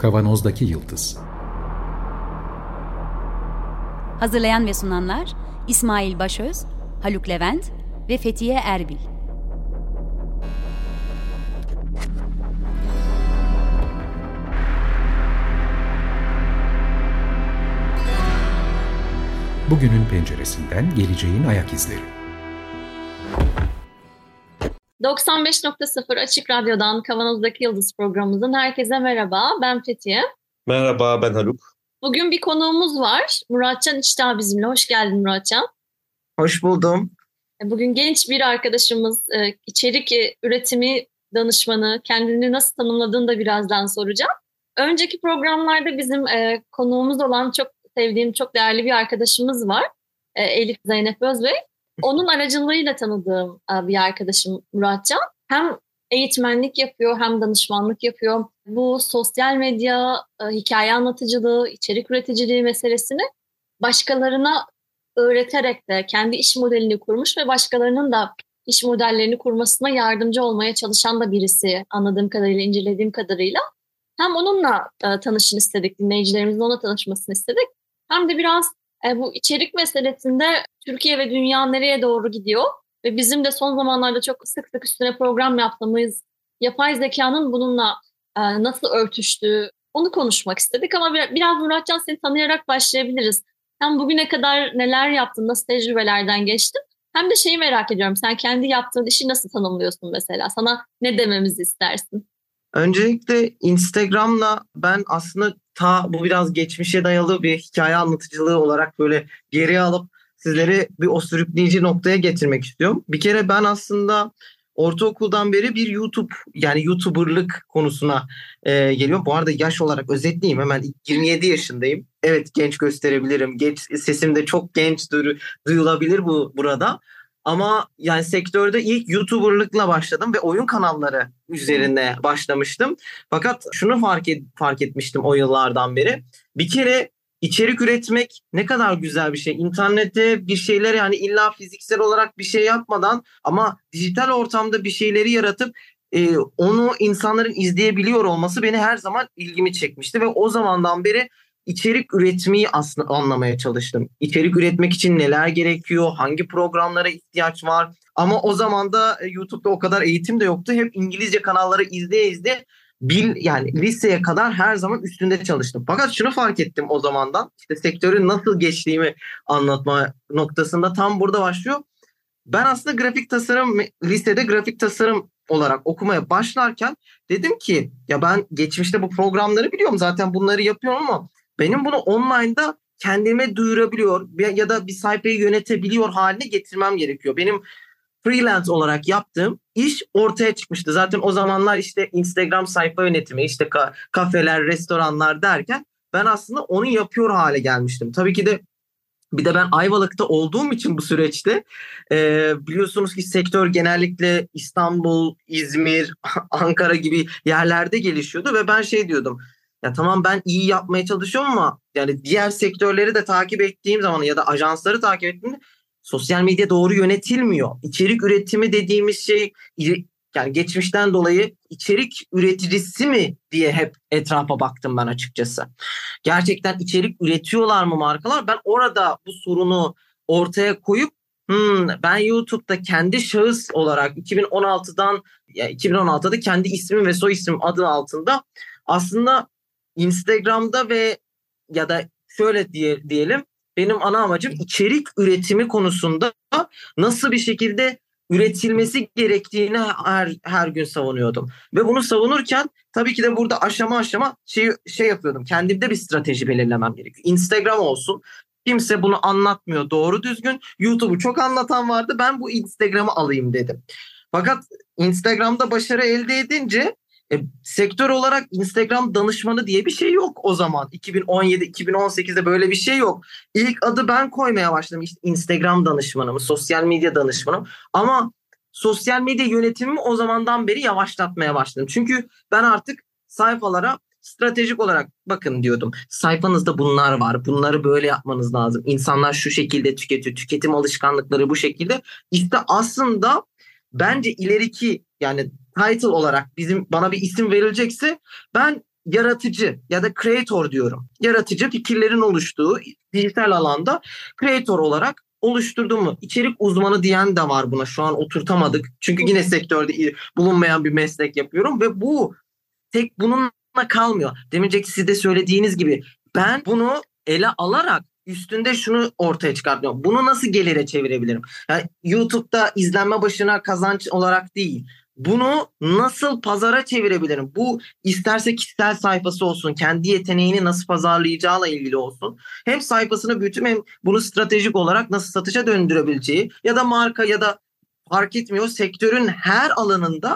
Kavanozdaki Yıldız. Hazırlayan ve sunanlar İsmail Başöz, Haluk Levent ve Fethiye Erbil. Bugünün penceresinden geleceğin ayak izleri. 95.0 Açık Radyo'dan Kavanozdaki Yıldız programımızdan herkese merhaba. Ben Fethiye. Merhaba, ben Haluk. Bugün bir konuğumuz var. Muratcan İçdağ bizimle. Hoş geldin Muratcan. Hoş buldum. Bugün genç bir arkadaşımız, içerik üretimi danışmanı, kendini nasıl tanımladığını da birazdan soracağım. Önceki programlarda bizim konuğumuz olan çok sevdiğim, çok değerli bir arkadaşımız var. Elif Zeynep Özbey. Onun aracılığıyla tanıdığım bir arkadaşım Muratcan. Hem eğitmenlik yapıyor hem danışmanlık yapıyor. Bu sosyal medya, hikaye anlatıcılığı, içerik üreticiliği meselesini başkalarına öğreterek de kendi iş modelini kurmuş ve başkalarının da iş modellerini kurmasına yardımcı olmaya çalışan da birisi anladığım kadarıyla, incelediğim kadarıyla. Hem onunla tanışın istedik, dinleyicilerimizin onunla tanışmasını istedik. Hem de biraz bu içerik meselesinde Türkiye ve dünya nereye doğru gidiyor ve bizim de son zamanlarda çok sık sık üstüne program yaptığımız yapay zekanın bununla nasıl örtüştüğü onu konuşmak istedik. Ama biraz Muratcan seni tanıyarak başlayabiliriz. Hem bugüne kadar neler yaptın, nasıl tecrübelerden geçtin hem de şeyi merak ediyorum. Sen kendi yaptığın işi nasıl tanımlıyorsun mesela? Sana ne dememizi istersin? Öncelikle Instagram'la ben aslında bu biraz geçmişe dayalı bir hikaye anlatıcılığı olarak böyle geriye alıp sizleri bir o sürükleyici noktaya getirmek istiyorum. Bir kere ben aslında ortaokuldan beri bir YouTuber'lık konusuna geliyorum. Bu arada yaş olarak özetleyeyim, hemen 27 yaşındayım. Evet, genç gösterebilirim. Sesim de çok genç duyulabilir burada. Ama yani sektörde ilk YouTuber'lıkla başladım ve oyun kanalları üzerine başlamıştım. Fakat şunu fark etmiştim o yıllardan beri. Bir kere içerik üretmek ne kadar güzel bir şey. İnternette bir şeyler, yani illa fiziksel olarak bir şey yapmadan ama dijital ortamda bir şeyleri yaratıp onu insanların izleyebiliyor olması beni her zaman ilgimi çekmişti ve o zamandan beri İçerik üretmeyi aslında anlamaya çalıştım. İçerik üretmek için neler gerekiyor, hangi programlara ihtiyaç var. Ama o zaman da YouTube'da o kadar eğitim de yoktu. Hep İngilizce kanalları izleye yani liseye kadar her zaman üstünde çalıştım. Fakat şunu fark ettim o zamandan. İşte sektörün nasıl geçtiğimi anlatma noktasında tam burada başlıyor. Ben aslında lisede grafik tasarım olarak okumaya başlarken dedim ki ya ben geçmişte bu programları biliyorum, zaten bunları yapıyorum ama benim bunu online'da kendime duyurabiliyor ya da bir sayfayı yönetebiliyor haline getirmem gerekiyor. Benim freelance olarak yaptığım iş ortaya çıkmıştı. Zaten o zamanlar işte Instagram sayfa yönetimi, işte kafeler, restoranlar derken ben aslında onu yapıyor hale gelmiştim. Tabii ki de bir de ben Ayvalık'ta olduğum için bu süreçte biliyorsunuz ki sektör genellikle İstanbul, İzmir, Ankara gibi yerlerde gelişiyordu ve ben diyordum. Ya tamam, ben iyi yapmaya çalışıyorum ama yani diğer sektörleri de takip ettiğim zaman ya da ajansları takip ettiğimde sosyal medya doğru yönetilmiyor. İçerik üretimi dediğimiz şey, yani geçmişten dolayı içerik üreticisi mi diye hep etrafa baktım ben açıkçası. Gerçekten içerik üretiyorlar mı markalar? Ben orada bu sorunu ortaya koyup ben YouTube'da kendi şahıs olarak 2016'da kendi ismim ve soy ismim adı altında aslında Instagram'da ve ya da şöyle diyelim, benim ana amacım içerik üretimi konusunda nasıl bir şekilde üretilmesi gerektiğini her gün savunuyordum. Ve bunu savunurken tabii ki de burada aşama yapıyordum. Kendimde bir strateji belirlemem gerekiyor. Instagram olsun. Kimse bunu anlatmıyor doğru düzgün. YouTube'u çok anlatan vardı. Ben bu Instagram'ı alayım dedim. Fakat Instagram'da başarı elde edince sektör olarak Instagram danışmanı diye bir şey yok o zaman. 2017-2018'de böyle bir şey yok. İlk adı ben koymaya başladım. İşte Instagram danışmanım, sosyal medya danışmanım. Ama sosyal medya yönetimimi o zamandan beri yavaşlatmaya başladım. Çünkü ben artık sayfalara stratejik olarak bakın diyordum. Sayfanızda bunlar var. Bunları böyle yapmanız lazım. İnsanlar şu şekilde tüketiyor. Tüketim alışkanlıkları bu şekilde. İşte aslında bence ileriki, yani title olarak bana bir isim verilecekse ben yaratıcı ya da creator diyorum. Yaratıcı fikirlerin oluştuğu dijital alanda creator olarak oluşturduğumu. İçerik uzmanı diyen de var buna. Şu an oturtamadık. Çünkü yine sektörde bulunmayan bir meslek yapıyorum ve bu tek bununla kalmıyor. Deminceki siz de söylediğiniz gibi ben bunu ele alarak üstünde şunu ortaya çıkartıyorum. Bunu nasıl gelire çevirebilirim? Yani YouTube'da izlenme başına kazanç olarak değil. Bunu nasıl pazara çevirebilirim? Bu isterse kişisel sayfası olsun, kendi yeteneğini nasıl pazarlayacağıyla ilgili olsun. Hem sayfasını büyütüp hem bunu stratejik olarak nasıl satışa döndürebileceği ya da marka ya da fark etmiyor sektörün her alanında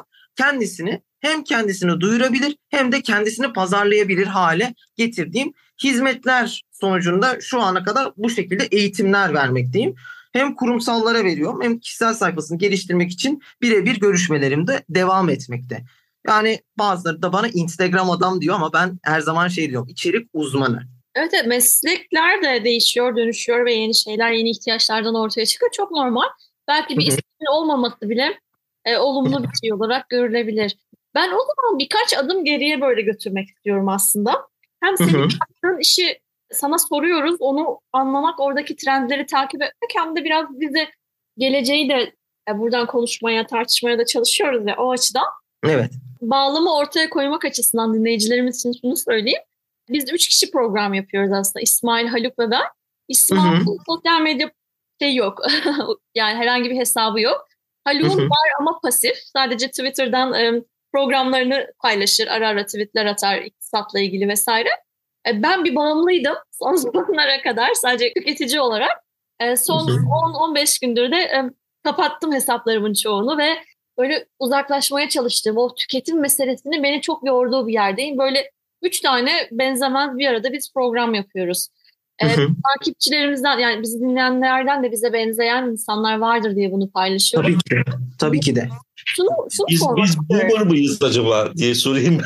kendisini duyurabilir hem de kendisini pazarlayabilir hale getirdiğim hizmetler sonucunda şu ana kadar bu şekilde eğitimler vermekteyim. Hem kurumsallara veriyorum hem kişisel sayfasını geliştirmek için birebir görüşmelerim de devam etmekte. Yani bazıları da bana Instagram adam diyor ama ben her zaman diyorum, içerik uzmanı. Evet, meslekler de değişiyor, dönüşüyor ve yeni şeyler, yeni ihtiyaçlardan ortaya çıkıyor. Çok normal. Belki bir ismin olmaması bile olumlu bir şey olarak görülebilir. Ben o zaman birkaç adım geriye böyle götürmek istiyorum aslında. Hem senin yaptığın işi sana soruyoruz, onu anlamak, oradaki trendleri takip etmek hem de biraz bize geleceği de buradan konuşmaya, tartışmaya da çalışıyoruz ya o açıdan. Evet. Bağlamı ortaya koymak açısından dinleyicilerimiz için şunu söyleyeyim. Biz 3 kişi program yapıyoruz aslında. İsmail, Haluk ve ben. İsmail'in sosyal medya yok. Yani herhangi bir hesabı yok. Haluk'un var ama pasif. Sadece Twitter'dan programlarını paylaşır. Ara ara tweetler atar iktisatla ilgili vesaire. Ben bir bağımlıydım son zamanlara kadar sadece tüketici olarak. Son 10-15 gündür de kapattım hesaplarımın çoğunu ve böyle uzaklaşmaya çalıştığım o tüketim meselesinin beni çok yorduğu bir yerdeyim. Böyle 3 tane benzemez bir arada biz program yapıyoruz. Takipçilerimizden yani bizi dinleyenlerden de bize benzeyen insanlar vardır diye bunu paylaşıyorum. Tabii ki de. Biz boomer mıyız acaba diye sorayım.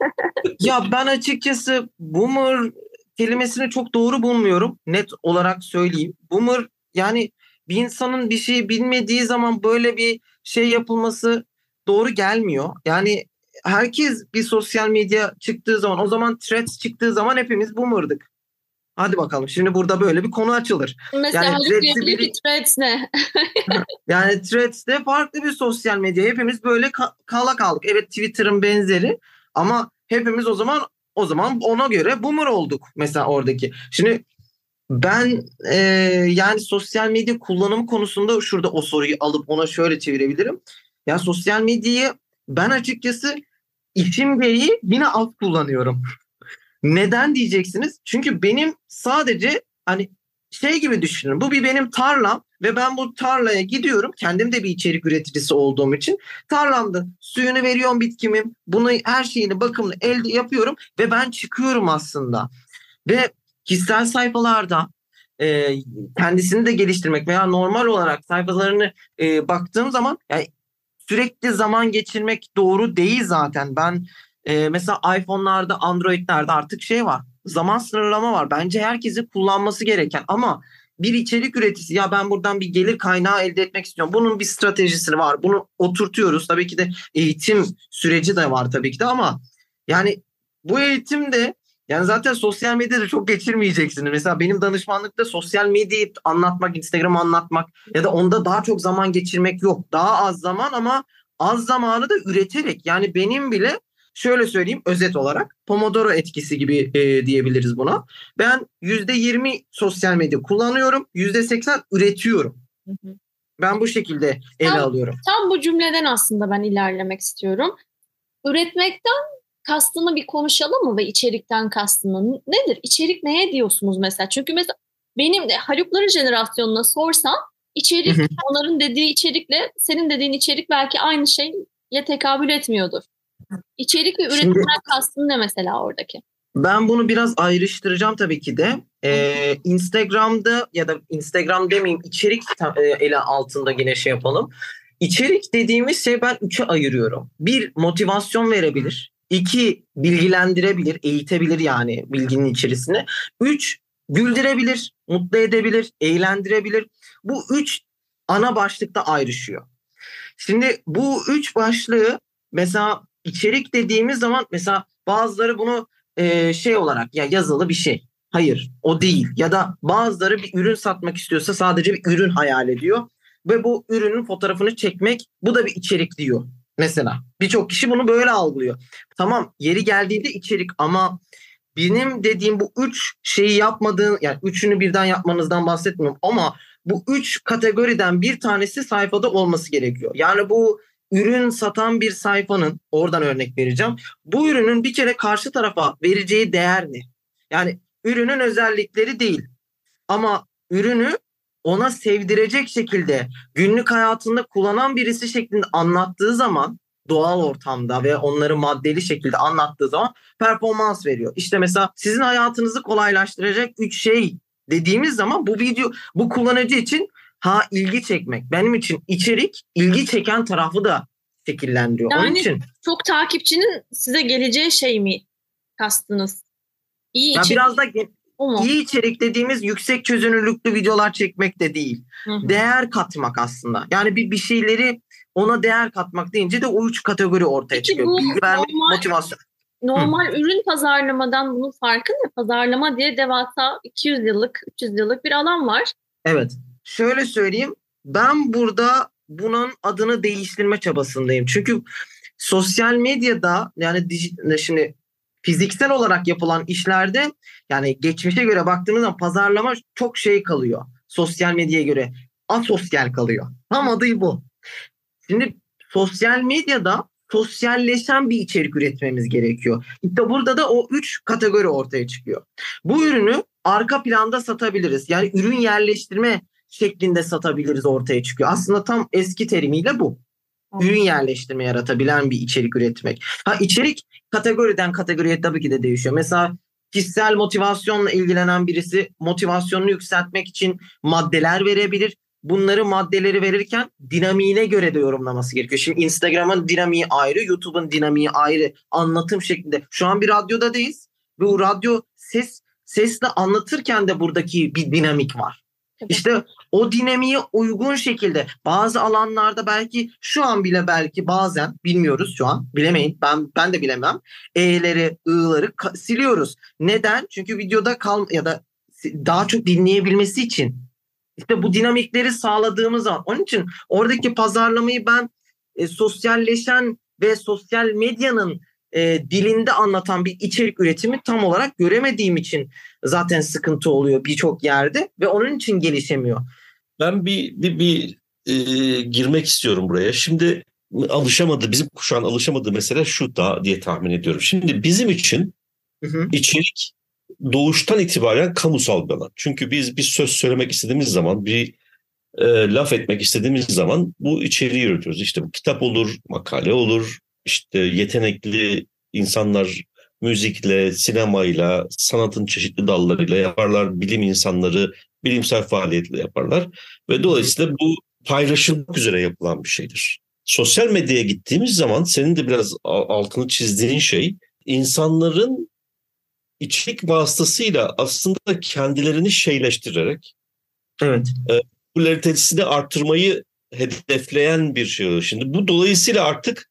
Ya ben açıkçası boomer kelimesini çok doğru bulmuyorum. Net olarak söyleyeyim. Boomer yani bir insanın bir şey bilmediği zaman böyle bir şey yapılması doğru gelmiyor. Yani herkes bir sosyal medya çıktığı zaman, o zaman Threads çıktığı zaman hepimiz boomer'dık. Hadi bakalım şimdi burada böyle bir konu açılır. Mesela yani Threads ne? Yani Threads de farklı bir sosyal medya. Hepimiz böyle kala kaldık. Evet, Twitter'ın benzeri ama hepimiz o zaman ona göre boomer olduk mesela oradaki. Şimdi ben yani sosyal medya kullanımı konusunda şurada o soruyu alıp ona şöyle çevirebilirim. Ya sosyal medyayı ben açıkçası işim gereği yine az kullanıyorum. Neden diyeceksiniz? Çünkü benim sadece hani gibi düşünün. Bu bir benim tarlam ve ben bu tarlaya gidiyorum. Kendim de bir içerik üreticisi olduğum için tarlamda suyunu veriyorum bitkimin. Bunu her şeyini bakımlı elde yapıyorum ve ben çıkıyorum aslında. Ve kişisel sayfalarda kendisini de geliştirmek veya normal olarak sayfalarını baktığım zaman yani sürekli zaman geçirmek doğru değil zaten. Ben mesela iPhone'larda, Android'lerde artık var. Zaman sınırlama var. Bence herkesin kullanması gereken ama bir içerik üreticisi ya ben buradan bir gelir kaynağı elde etmek istiyorum. Bunun bir stratejisi var. Bunu oturtuyoruz. Tabii ki de eğitim süreci de var tabii ki de ama yani bu eğitimde yani zaten sosyal medyada çok geçirmeyeceksiniz. Mesela benim danışmanlıkta sosyal medyayı anlatmak, Instagram'ı anlatmak ya da onda daha çok zaman geçirmek yok. Daha az zaman ama az zamanı da üreterek yani benim bile şöyle söyleyeyim özet olarak Pomodoro etkisi gibi diyebiliriz buna. Ben %20 sosyal medya kullanıyorum, %80 üretiyorum. Ben bu şekilde ele alıyorum. Tam bu cümleden aslında ben ilerlemek istiyorum. Üretmekten kastını bir konuşalım mı ve içerikten kastını nedir? İçerik neye diyorsunuz mesela? Çünkü mesela benim de Halukların jenerasyonuna sorsam içerik onların dediği içerikle senin dediğin içerik belki aynı şeye tekabül etmiyordur. İçerik ve üretimden kastın ne mesela oradaki? Ben bunu biraz ayrıştıracağım tabii ki de. Instagram'da ya da Instagram demeyeyim içerik ele altında yine yapalım. İçerik dediğimiz ben 3'e ayırıyorum. 1 motivasyon verebilir. 2 bilgilendirebilir, eğitebilir yani bilginin içerisine. 3 güldürebilir, mutlu edebilir, eğlendirebilir. Bu 3 ana başlıkta ayrışıyor. Şimdi bu 3 başlığı mesela içerik dediğimiz zaman mesela bazıları bunu şey olarak ya yazılı bir şey. Hayır, o değil. Ya da bazıları bir ürün satmak istiyorsa sadece bir ürün hayal ediyor ve bu ürünün fotoğrafını çekmek, bu da bir içerik diyor. Mesela birçok kişi bunu böyle algılıyor. Tamam, yeri geldiğinde içerik, ama benim dediğim bu üç şeyi yapmadığın, yani üçünü birden yapmanızdan bahsetmiyorum, ama bu üç kategoriden bir tanesi sayfada olması gerekiyor. Yani bu ürün satan bir sayfanın, oradan örnek vereceğim. Bu ürünün bir kere karşı tarafa vereceği değer ne? Yani ürünün özellikleri değil, ama ürünü ona sevdirecek şekilde günlük hayatında kullanan birisi şeklinde anlattığı zaman, doğal ortamda ve onları maddeli şekilde anlattığı zaman performans veriyor. İşte mesela sizin hayatınızı kolaylaştıracak 3 şey dediğimiz zaman bu video, bu kullanıcı için ilgi çekmek. Benim için içerik ilgi çeken tarafı da şekillendiriyor. Yani onun için çok takipçinin size geleceği şey mi kastınız? İyi ya içerik. biraz da O mu? İyi içerik dediğimiz yüksek çözünürlüklü videolar çekmek de değil. Hı. Değer katmak aslında. Yani bir şeyleri ona değer katmak deyince de o üç kategori ortaya Peki çıkıyor. bu Bilgi vermek, normal- motivasyon. Normal ürün pazarlamadan bunun farkı ne? Pazarlama diye devasa 200 yıllık, 300 yıllık bir alan var. Evet. Şöyle söyleyeyim. Ben burada bunun adını değiştirme çabasındayım. Çünkü sosyal medyada, yani şimdi fiziksel olarak yapılan işlerde, yani geçmişe göre baktığımız zaman pazarlama çok şey kalıyor. Sosyal medyaya göre asosyal kalıyor. Tam adı bu. Şimdi sosyal medyada sosyalleşen bir içerik üretmemiz gerekiyor. İşte burada da o 3 kategori ortaya çıkıyor. Bu ürünü arka planda satabiliriz. Yani ürün yerleştirme şeklinde satabiliriz ortaya çıkıyor. Aslında tam eski terimiyle bu. Ürün yerleştirme yaratabilen bir içerik üretmek. İçerik kategoriden kategoriye tabii ki de değişiyor. Mesela kişisel motivasyonla ilgilenen birisi motivasyonunu yükseltmek için maddeler verebilir. Bunları, maddeleri verirken dinamiğine göre de yorumlaması gerekiyor. Şimdi Instagram'ın dinamiği ayrı, YouTube'un dinamiği ayrı, anlatım şeklinde. Şu an bir radyodayız ve o radyo sesle anlatırken de buradaki bir dinamik var. Evet. İşte o dinamiğe uygun şekilde bazı alanlarda belki şu an bile, belki bazen, bilmiyoruz şu an, bilemeyin, ben de bilemem, E'leri, I'ları siliyoruz. Neden? Çünkü videoda ya da daha çok dinleyebilmesi için. İşte bu dinamikleri sağladığımız zaman, onun için oradaki pazarlamayı ben sosyalleşen ve sosyal medyanın dilinde anlatan bir içerik üretimi tam olarak göremediğim için zaten sıkıntı oluyor birçok yerde ve onun için gelişemiyor. Ben bir girmek istiyorum buraya. Şimdi bizim kuşağın alışamadığı mesele şu da diye tahmin ediyorum. Şimdi bizim için içerik doğuştan itibaren kamusal bir alan. Çünkü biz bir söz söylemek istediğimiz zaman, bir laf etmek istediğimiz zaman bu içeriği üretiyoruz. İşte bu kitap olur, makale olur, işte yetenekli insanlar müzikle, sinemayla, sanatın çeşitli dallarıyla yaparlar, bilim insanları bilimsel faaliyetle yaparlar ve dolayısıyla bu paylaşılmak üzere yapılan bir şeydir. Sosyal medyaya gittiğimiz zaman senin de biraz altını çizdiğin şey, insanların içerik vasıtasıyla aslında kendilerini şeyleştirerek, evet, popülaritesini arttırmayı hedefleyen bir şey. Şimdi bu dolayısıyla artık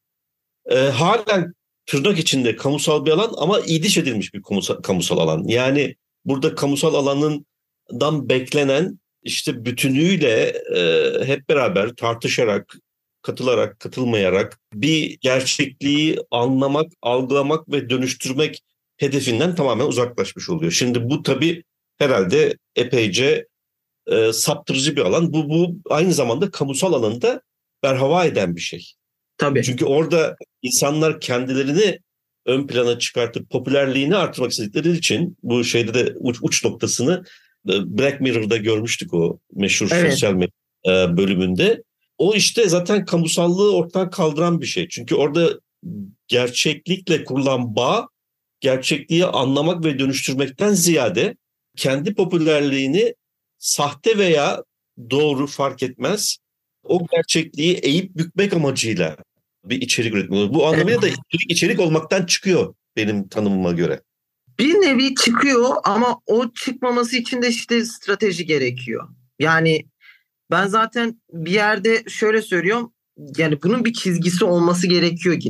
halen tırnak içinde kamusal bir alan ama idiş edilmiş bir kamusal alan. Yani burada kamusal alanından beklenen işte bütünüyle hep beraber tartışarak, katılarak, katılmayarak bir gerçekliği anlamak, algılamak ve dönüştürmek hedefinden tamamen uzaklaşmış oluyor. Şimdi bu tabii herhalde epeyce saptırıcı bir alan. Bu aynı zamanda kamusal alanında berhava eden bir şey. Tabii. Çünkü orada insanlar kendilerini ön plana çıkartıp popülerliğini artırmak istedikleri için, bu şeyde de uç noktasını Black Mirror'da görmüştük, o meşhur sosyal medya bölümünde. O işte zaten kamusallığı ortadan kaldıran bir şey. Çünkü orada gerçeklikle kurulan bağ, gerçekliği anlamak ve dönüştürmekten ziyade kendi popülerliğini sahte veya doğru fark etmez, o gerçekliği eğip bükmek amacıyla bir içerik üretmek. Bu anlamıyla da içerik olmaktan çıkıyor benim tanımıma göre. Bir nevi çıkıyor ama o çıkmaması için de işte strateji gerekiyor. Yani ben zaten bir yerde şöyle söylüyorum, yani bunun bir çizgisi olması gerekiyor yine.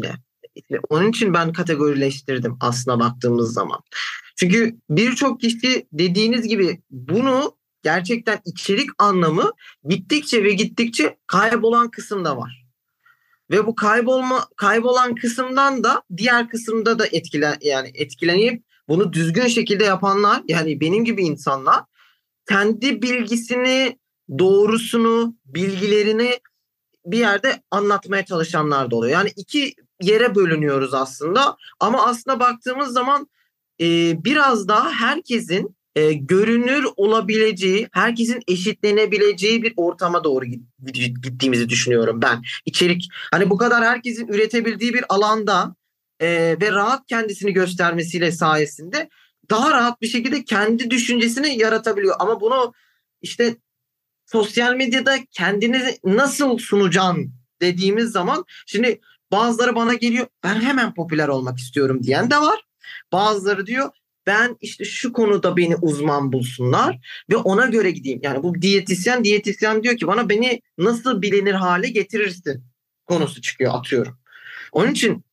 Onun için ben kategorileştirdim aslına baktığımız zaman. Çünkü birçok kişi dediğiniz gibi bunu gerçekten içerik anlamı gittikçe ve gittikçe kaybolan kısım da var. Ve bu kaybolan kısımdan da diğer kısımda da etkilenip bunu düzgün şekilde yapanlar, yani benim gibi insanlar, kendi bilgisini, doğrusunu, bilgilerini bir yerde anlatmaya çalışanlar da oluyor. Yani iki yere bölünüyoruz aslında, ama aslında baktığımız zaman biraz daha herkesin görünür olabileceği, herkesin eşitlenebileceği bir ortama doğru gittiğimizi düşünüyorum ben. İçerik, hani bu kadar herkesin üretebildiği bir alanda ve rahat kendisini göstermesiyle sayesinde daha rahat bir şekilde kendi düşüncesini yaratabiliyor. Ama bunu işte sosyal medyada kendini nasıl sunacaksın dediğimiz zaman, şimdi bazıları bana geliyor, ben hemen popüler olmak istiyorum diyen de var. Bazıları diyor, ben işte şu konuda beni uzman bulsunlar ve ona göre gideyim. Yani bu diyetisyen diyor ki bana, beni nasıl bilinir hale getirirsin konusu çıkıyor, atıyorum. Onun için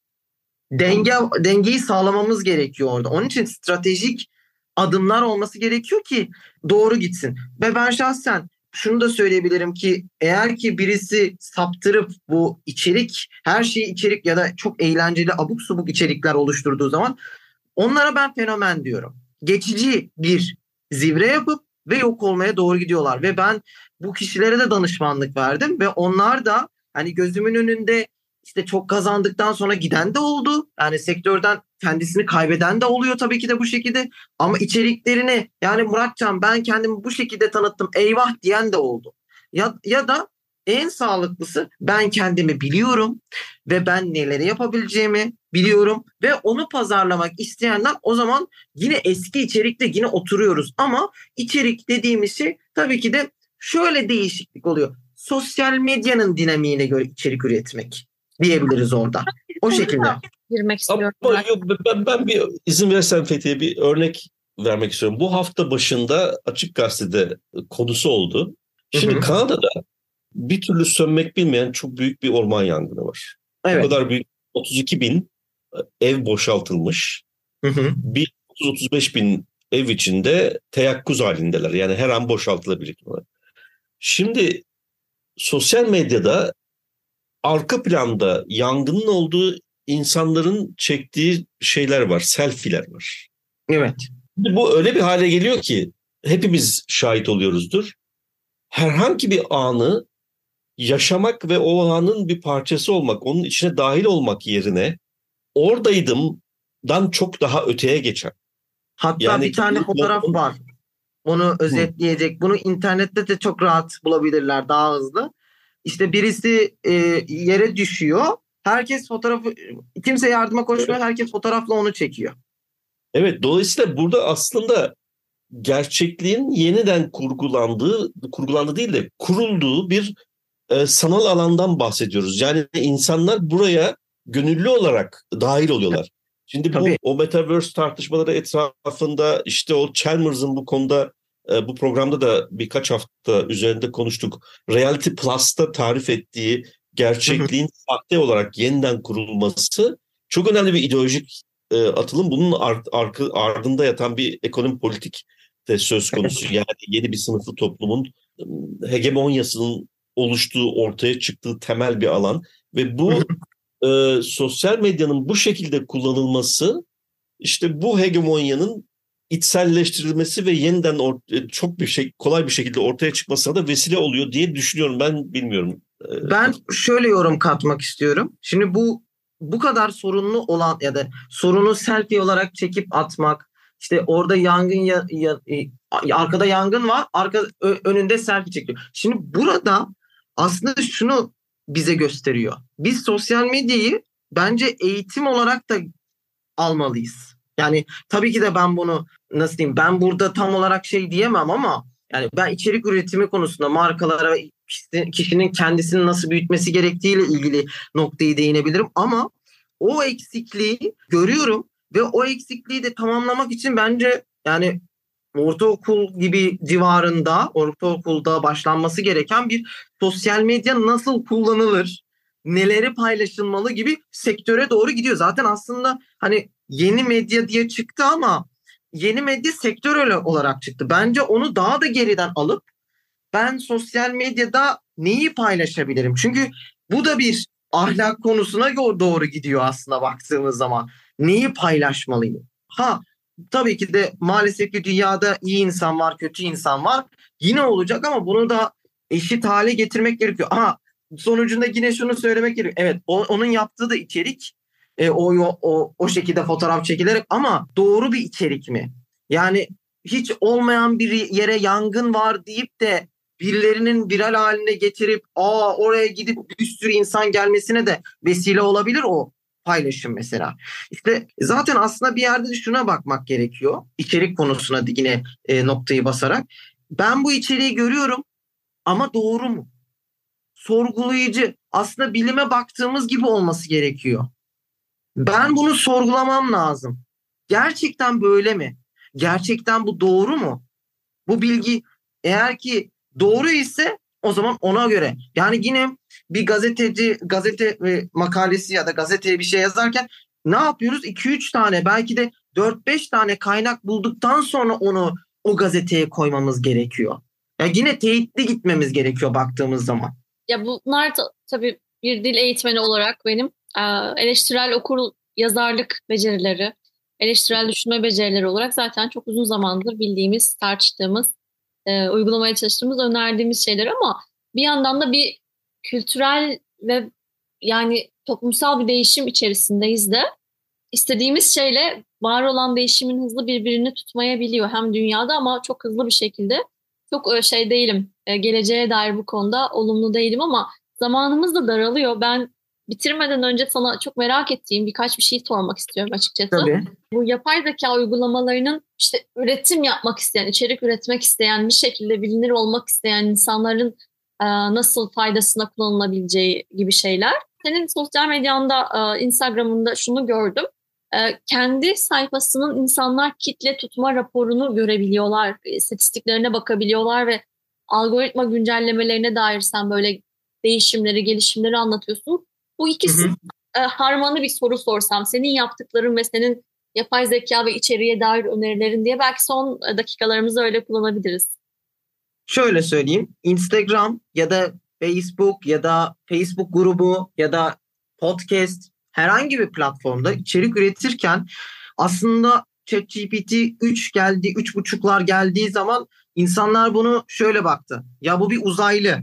dengeyi sağlamamız gerekiyor orada. Onun için stratejik adımlar olması gerekiyor ki doğru gitsin. Ve ben şahsen şunu da söyleyebilirim ki, eğer ki birisi saptırıp bu içerik, her şeyi içerik ya da çok eğlenceli abuk subuk içerikler oluşturduğu zaman, onlara ben fenomen diyorum. Geçici bir zivre yapıp ve yok olmaya doğru gidiyorlar. Ve ben bu kişilere de danışmanlık verdim ve onlar da hani gözümün önünde işte çok kazandıktan sonra giden de oldu. Yani sektörden kendisini kaybeden de oluyor tabii ki de bu şekilde. Ama içeriklerini, yani Muratcan ben kendimi bu şekilde tanıttım eyvah diyen de oldu. Ya da en sağlıklısı, ben kendimi biliyorum ve ben neleri yapabileceğimi biliyorum ve onu pazarlamak isteyenler, o zaman yine eski içerikte yine oturuyoruz. Ama içerik dediğimiz şey tabii ki de şöyle değişiklik oluyor. Sosyal medyanın dinamiğine göre içerik üretmek diyebiliriz orada. O şekilde. Girmek istiyorum. Ama yok, ben bir izin verirsen Fethiye, bir örnek vermek istiyorum. Bu hafta başında Açık Gazete'de konusu oldu. Şimdi Kanada'da bir türlü sönmek bilmeyen çok büyük bir orman yangını var. Evet. O kadar büyük, 32 bin ev boşaltılmış. Bir 30-35 bin ev içinde teyakkuz halindeler. Yani her an boşaltılabilir. Şimdi sosyal medyada arka planda yangının olduğu insanların çektiği şeyler var, selfie'ler var. Evet. Bu öyle bir hale geliyor ki hepimiz şahit oluyoruzdur. Herhangi bir anı yaşamak ve o anın bir parçası olmak, onun içine dahil olmak yerine oradaydımdan çok daha öteye geçen. Hatta Yani bir tane fotoğraf var. Onu özetleyecek. Bunu internette de çok rahat bulabilirler, daha hızlı. İşte birisi yere düşüyor. Herkes fotoğrafı, kimse yardıma koşmuyor. Herkes fotoğrafla onu çekiyor. Evet, dolayısıyla burada aslında gerçekliğin yeniden kurgulandığı değil de kurulduğu bir sanal alandan bahsediyoruz. Yani insanlar buraya gönüllü olarak dahil oluyorlar. Şimdi o Metaverse tartışmaları etrafında, işte o Chalmers'ın bu konuda bu programda da birkaç hafta üzerinde konuştuk. Reality Plus'ta tarif ettiği gerçekliğin sahte olarak yeniden kurulması çok önemli bir ideolojik atılım. Bunun ardında yatan bir ekonomi politik de söz konusu. Yani yeni bir sınıflı toplumun hegemonyasının oluştuğu, ortaya çıktığı temel bir alan ve bu sosyal medyanın bu şekilde kullanılması, işte bu hegemonyanın içselleştirilmesi ve yeniden kolay bir şekilde ortaya çıkmasına da vesile oluyor diye düşünüyorum. Ben bilmiyorum. Ben şöyle yorum katmak istiyorum. Şimdi bu kadar sorunlu olan ya da sorunu selfie olarak çekip atmak, işte orada arkada yangın var, önünde selfie çekiyor. Şimdi burada aslında şunu bize gösteriyor. Biz sosyal medyayı bence eğitim olarak da almalıyız. Yani tabii ki de ben bunu nasıl diyeyim, ben burada tam olarak şey diyemem ama yani ben içerik üretimi konusunda markalara, kişinin kendisini nasıl büyütmesi gerektiğiyle ilgili noktayı değinebilirim ama o eksikliği görüyorum ve o eksikliği de tamamlamak için bence yani ortaokul gibi civarında, ortaokulda başlanması gereken bir sosyal medya nasıl kullanılır, neleri paylaşılmalı gibi sektöre doğru gidiyor. Zaten aslında hani yeni medya diye çıktı ama yeni medya sektör olarak çıktı. Bence onu daha da geriden alıp ben sosyal medyada neyi paylaşabilirim? Çünkü bu da bir ahlak konusuna doğru gidiyor aslında baktığımız zaman. Neyi paylaşmalıyım? Tabii ki de maalesef ki dünyada iyi insan var, kötü insan var. Yine olacak ama bunu da eşit hale getirmek gerekiyor. Sonucunda yine şunu söylemek gerekiyor. Evet, onun yaptığı da içerik o şekilde fotoğraf çekilerek ama doğru bir içerik mi? Yani hiç olmayan bir yere yangın var deyip de birilerinin viral haline getirip oraya gidip bir sürü insan gelmesine de vesile olabilir o paylaşım mesela. İşte zaten aslında bir yerde de şuna bakmak gerekiyor. İçerik konusuna yine noktayı basarak. Ben bu içeriği görüyorum ama doğru mu? Sorgulayıcı. Aslında bilime baktığımız gibi olması gerekiyor. Ben bunu sorgulamam lazım. Gerçekten böyle mi? Gerçekten bu doğru mu? Bu bilgi eğer ki doğru ise o zaman ona göre. Yani yine bir gazete makalesi ya da gazeteye bir şey yazarken ne yapıyoruz? 2-3 tane belki de 4-5 tane kaynak bulduktan sonra onu o gazeteye koymamız gerekiyor. Yani yine teyitli gitmemiz gerekiyor baktığımız zaman. Ya bunlar tabii bir dil eğitmeni olarak benim eleştirel okur yazarlık becerileri, eleştirel düşünme becerileri olarak zaten çok uzun zamandır bildiğimiz, tartıştığımız, uygulamaya çalıştığımız, önerdiğimiz şeyler ama bir yandan da bir kültürel ve yani toplumsal bir değişim içerisindeyiz de istediğimiz şeyle var olan değişimin hızlı birbirini tutmayabiliyor hem dünyada ama çok hızlı bir şekilde. Çok değilim, geleceğe dair bu konuda olumlu değilim ama zamanımız da daralıyor. Ben bitirmeden önce sana çok merak ettiğim birkaç bir şey sormak istiyorum açıkçası. Tabii. Bu yapay zeka uygulamalarının işte üretim yapmak isteyen, içerik üretmek isteyen, bir şekilde bilinir olmak isteyen insanların nasıl faydasına kullanılabileceği gibi şeyler. Senin sosyal medyanda, Instagram'ında şunu gördüm. Kendi sayfasının insanlar kitle tutma raporunu görebiliyorlar, istatistiklerine bakabiliyorlar ve algoritma güncellemelerine dair sen böyle değişimleri, gelişimleri anlatıyorsun. Bu ikisi harmanlı bir soru sorsam, senin yaptıkların ve senin yapay zeka ve içeriğe dair önerilerin diye belki son dakikalarımızı öyle kullanabiliriz. Şöyle söyleyeyim, Instagram ya da Facebook ya da Facebook grubu ya da podcast herhangi bir platformda içerik üretirken aslında ChatGPT 3 geldi, 3.5'lar geldiği zaman insanlar bunu şöyle baktı. Ya bu bir uzaylı.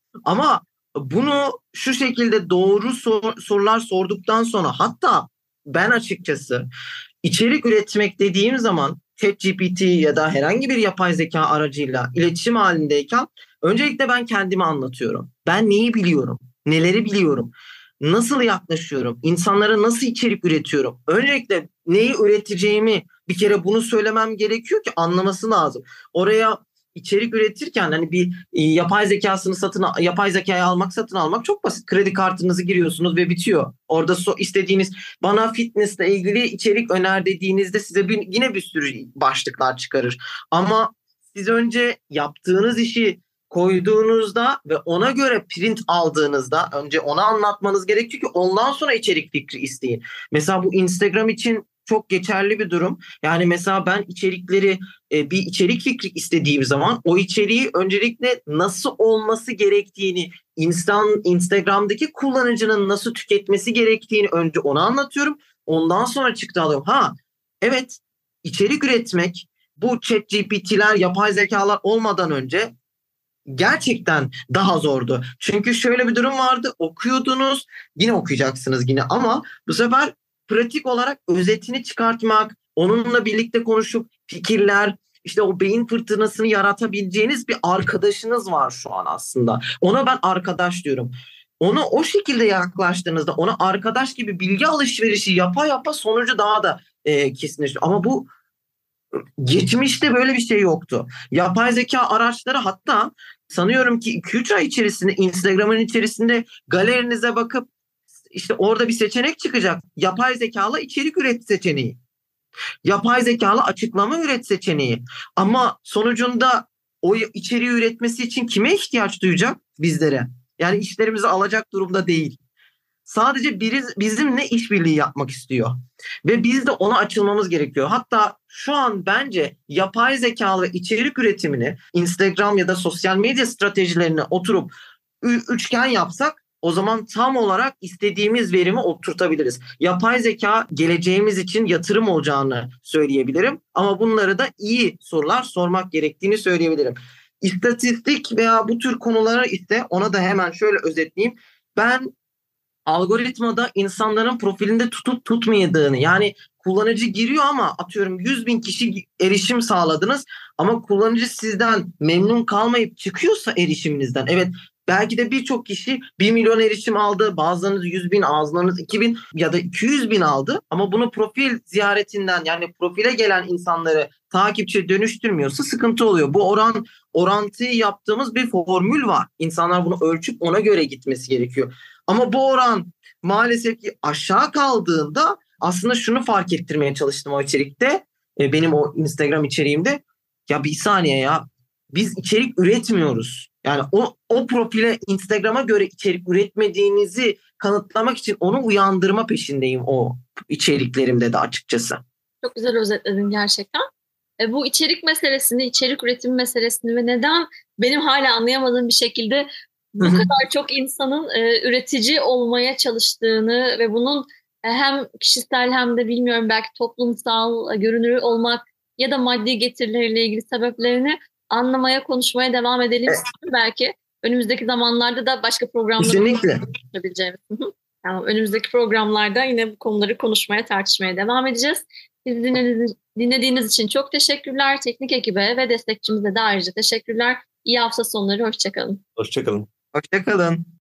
Ama bunu şu şekilde doğru sorular sorduktan sonra hatta ben açıkçası içerik üretmek dediğim zaman ChatGPT ya da herhangi bir yapay zeka aracıyla iletişim halindeyken öncelikle ben kendimi anlatıyorum. Ben neyi biliyorum? Neleri biliyorum? Nasıl yaklaşıyorum? İnsanlara nasıl içerik üretiyorum? Öncelikle neyi üreteceğimi bir kere bunu söylemem gerekiyor ki anlaması lazım. Oraya içerik üretirken hani bir yapay zekayı satın almak çok basit. Kredi kartınızı giriyorsunuz ve bitiyor. Orada istediğiniz bana fitnessle ilgili içerik öner dediğinizde size yine bir sürü başlıklar çıkarır. Ama siz önce yaptığınız işi koyduğunuzda ve ona göre print aldığınızda önce ona anlatmanız gerekiyor ki ondan sonra içerik fikri isteyin. Mesela bu Instagram için çok geçerli bir durum. Yani mesela ben bir içerik fikri istediğim zaman o içeriği öncelikle nasıl olması gerektiğini, Instagram'daki kullanıcının nasıl tüketmesi gerektiğini önce ona anlatıyorum. Ondan sonra çıktı alıyorum. Evet, içerik üretmek bu ChatGPT'ler, yapay zekalar olmadan önce gerçekten daha zordu. Çünkü şöyle bir durum vardı. Okuyordunuz, yine okuyacaksınız yine ama bu sefer pratik olarak özetini çıkartmak, onunla birlikte konuşup fikirler, işte o beyin fırtınasını yaratabileceğiniz bir arkadaşınız var şu an aslında. Ona ben arkadaş diyorum. Ona o şekilde yaklaştığınızda ona arkadaş gibi bilgi alışverişi yapa sonucu daha da kesinleşiyor. Ama bu geçmişte böyle bir şey yoktu. Yapay zeka araçları hatta sanıyorum ki 2-3 ay içerisinde Instagram'ın içerisinde galerinize bakıp işte orada bir seçenek çıkacak. Yapay zekalı içerik üret seçeneği. Yapay zekalı açıklama üret seçeneği. Ama sonucunda o içeriği üretmesi için kime ihtiyaç duyacak? Bizlere. Yani işlerimizi alacak durumda değil. sadece bizimle işbirliği yapmak istiyor. Ve biz de ona açılmamız gerekiyor. Hatta şu an bence yapay zeka ve içerik üretimini Instagram ya da sosyal medya stratejilerine oturup üçgen yapsak o zaman tam olarak istediğimiz verimi oturtabiliriz. Yapay zeka geleceğimiz için yatırım olacağını söyleyebilirim. Ama bunları da iyi sorular sormak gerektiğini söyleyebilirim. İstatistik veya bu tür konulara ise ona da hemen şöyle özetleyeyim. Ben algoritmada insanların profilinde tutup tutmadığını, yani kullanıcı giriyor ama atıyorum 100.000 kişi erişim sağladınız ama kullanıcı sizden memnun kalmayıp çıkıyorsa erişiminizden, evet belki de birçok kişi 1 milyon erişim aldı, bazılarınız 100.000, bazılarınız 2.000 ya da 200.000 aldı ama bunu profil ziyaretinden, yani profile gelen insanları takipçi dönüştürmüyorsa sıkıntı oluyor. Bu orantıyı yaptığımız bir formül var. İnsanlar bunu ölçüp ona göre gitmesi gerekiyor. Ama bu oran maalesef ki aşağı kaldığında aslında şunu fark ettirmeye çalıştım o içerikte. Benim o Instagram içeriğimde. Ya bir saniye ya. Biz içerik üretmiyoruz. Yani o profile Instagram'a göre içerik üretmediğinizi kanıtlamak için onu uyandırma peşindeyim o içeriklerimde de açıkçası. Çok güzel özetledin gerçekten. Bu içerik meselesini, içerik üretimi meselesini ve neden benim hala anlayamadığım bir şekilde bu kadar çok insanın üretici olmaya çalıştığını ve bunun hem kişisel hem de bilmiyorum belki toplumsal görünür olmak ya da maddi getirileriyle ilgili sebeplerini anlamaya, konuşmaya devam edelim. Belki önümüzdeki zamanlarda da başka programlarda konuşabileceğimiz. Yani önümüzdeki programlarda yine bu konuları konuşmaya, tartışmaya devam edeceğiz. Sizi dinlediğiniz için çok teşekkürler. Teknik ekibe ve destekçimize de ayrıca teşekkürler. İyi hafta sonları. Hoşçakalın. Hoşçakalın. Hoşçakalın.